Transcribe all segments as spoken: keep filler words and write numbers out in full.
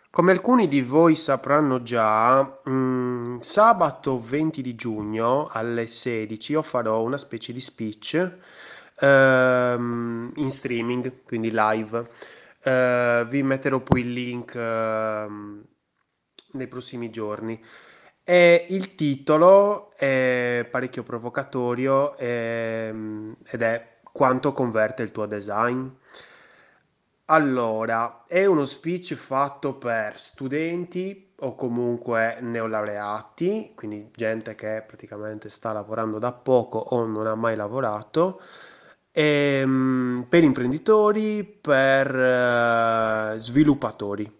Come alcuni di voi sapranno già, mm, sabato venti di giugno alle sedici io farò una specie di speech ehm, in streaming, quindi live. Eh, vi metterò poi il link ehm, nei prossimi giorni. E il titolo è parecchio provocatorio ehm, ed è Quanto converte il tuo design? Allora, è uno speech fatto per studenti o comunque neolaureati, quindi gente che praticamente sta lavorando da poco o non ha mai lavorato, ehm, per imprenditori, per eh, sviluppatori.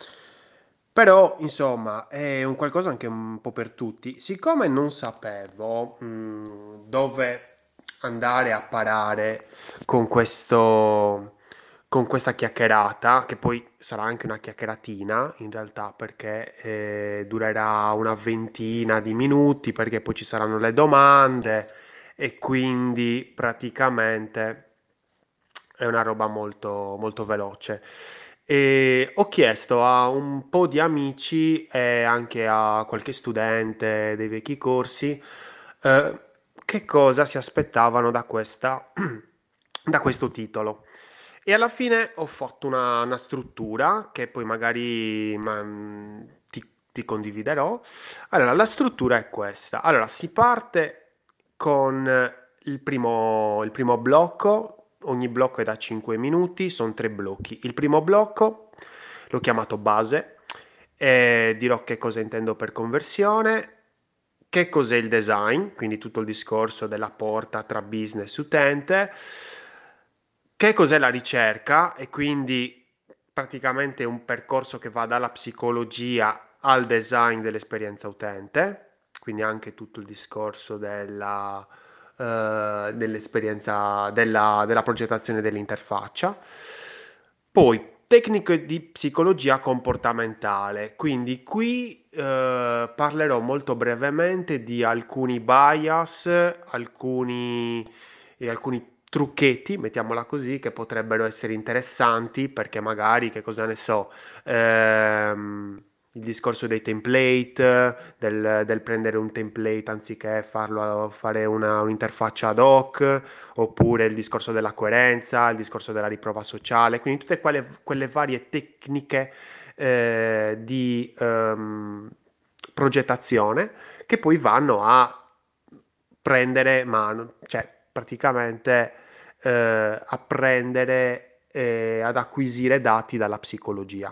Però, insomma, è un qualcosa anche un po' per tutti. Siccome non sapevo, mh, dove andare a parare con questo, con questa chiacchierata, che poi sarà anche una chiacchieratina in realtà, perché eh, durerà una ventina di minuti, perché poi ci saranno le domande e quindi praticamente è una roba molto, molto veloce. E ho chiesto a un po' di amici e anche a qualche studente dei vecchi corsi eh, che cosa si aspettavano da questa, da questo titolo. E alla fine ho fatto una, una struttura che poi magari ma, mh, ti, ti condividerò. Allora, la struttura è questa. Allora, si parte con il primo, il primo blocco. Ogni blocco è da cinque minuti, sono tre blocchi. Il primo blocco l'ho chiamato base e dirò che cosa intendo per conversione, che cos'è il design, quindi tutto il discorso della porta tra business e utente, che cos'è la ricerca e quindi praticamente un percorso che va dalla psicologia al design dell'esperienza utente, quindi anche tutto il discorso della, eh, dell'esperienza della, della progettazione dell'interfaccia. Poi tecniche di psicologia comportamentale, quindi qui eh, parlerò molto brevemente di alcuni bias, alcuni, e alcuni trucchetti, mettiamola così, che potrebbero essere interessanti perché magari, che cosa ne so, ehm, il discorso dei template, del, del prendere un template anziché farlo fare una, un'interfaccia ad hoc, oppure il discorso della coerenza, il discorso della riprova sociale, quindi tutte quelle, quelle varie tecniche eh, di ehm, progettazione che poi vanno a prendere mano, cioè praticamente eh, a prendere e ad acquisire dati dalla psicologia.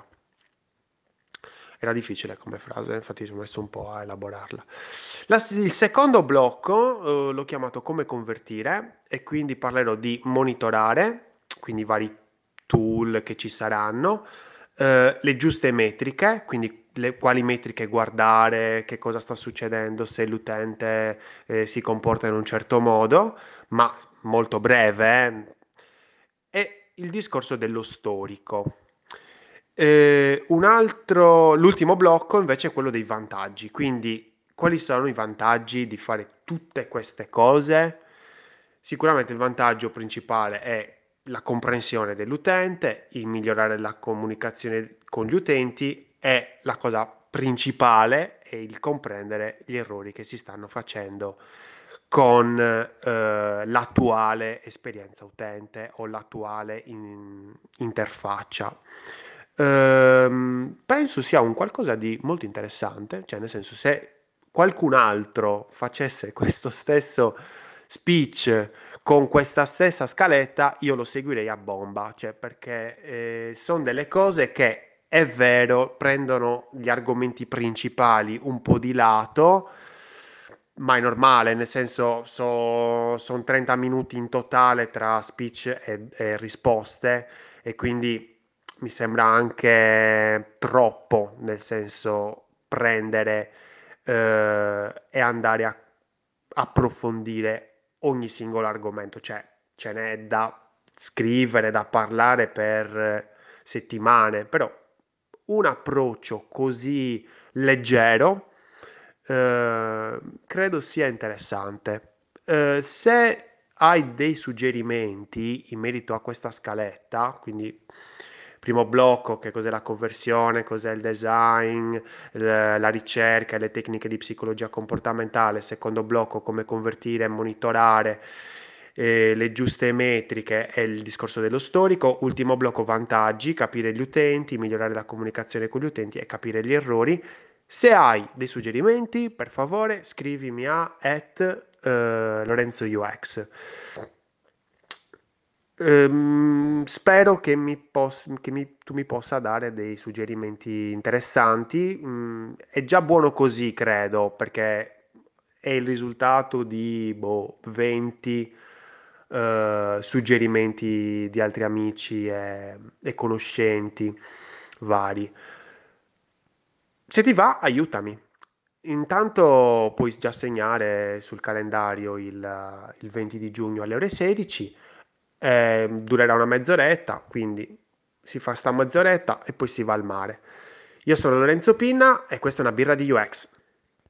Era difficile come frase, infatti ci ho messo un po' a elaborarla. La- il secondo blocco, eh, l'ho chiamato come convertire e quindi parlerò di monitorare, quindi vari tool che ci saranno, eh, le giuste metriche, quindi le, quali metriche guardare, che cosa sta succedendo se l'utente eh, si comporta in un certo modo, ma molto breve, eh, e il discorso dello storico. Eh, un altro, l'ultimo blocco invece è quello dei vantaggi, quindi quali sono i vantaggi di fare tutte queste cose? Sicuramente il vantaggio principale è la comprensione dell'utente, il migliorare la comunicazione con gli utenti e la cosa principale è il comprendere gli errori che si stanno facendo con eh, l'attuale esperienza utente o l'attuale in- interfaccia. Ehm, penso sia un qualcosa di molto interessante, cioè nel senso se qualcun altro facesse questo stesso speech con questa stessa scaletta, io lo seguirei a bomba, cioè perché eh, sono delle cose che è vero, prendono gli argomenti principali un po' di lato, ma è normale, nel senso sono trenta minuti in totale tra speech e, e risposte e quindi mi sembra anche troppo, nel senso prendere eh, e andare a approfondire ogni singolo argomento, cioè ce n'è da scrivere, da parlare per settimane, però un approccio così leggero eh, credo sia interessante. Eh, se hai dei suggerimenti in merito a questa scaletta, quindi Primo blocco, che cos'è la conversione, cos'è il design, l- la ricerca e le tecniche di psicologia comportamentale. Secondo blocco, come convertire e monitorare eh, le giuste metriche e il discorso dello storico. Ultimo blocco, vantaggi, capire gli utenti, migliorare la comunicazione con gli utenti e capire gli errori. Se hai dei suggerimenti, per favore, scrivimi a at eh, Lorenzo U X. Ehm, spero che, mi pos- che mi- tu mi possa dare dei suggerimenti interessanti. Mm, è già buono così, credo, perché è il risultato di boh, venti eh, suggerimenti di altri amici e, e conoscenti vari. Se ti va, aiutami. Intanto puoi già segnare sul calendario il, il venti di giugno alle ore sedici. Eh, durerà una mezz'oretta, quindi si fa sta mezz'oretta e poi si va al mare. Io sono Lorenzo Pinna e questa è una birra di U X.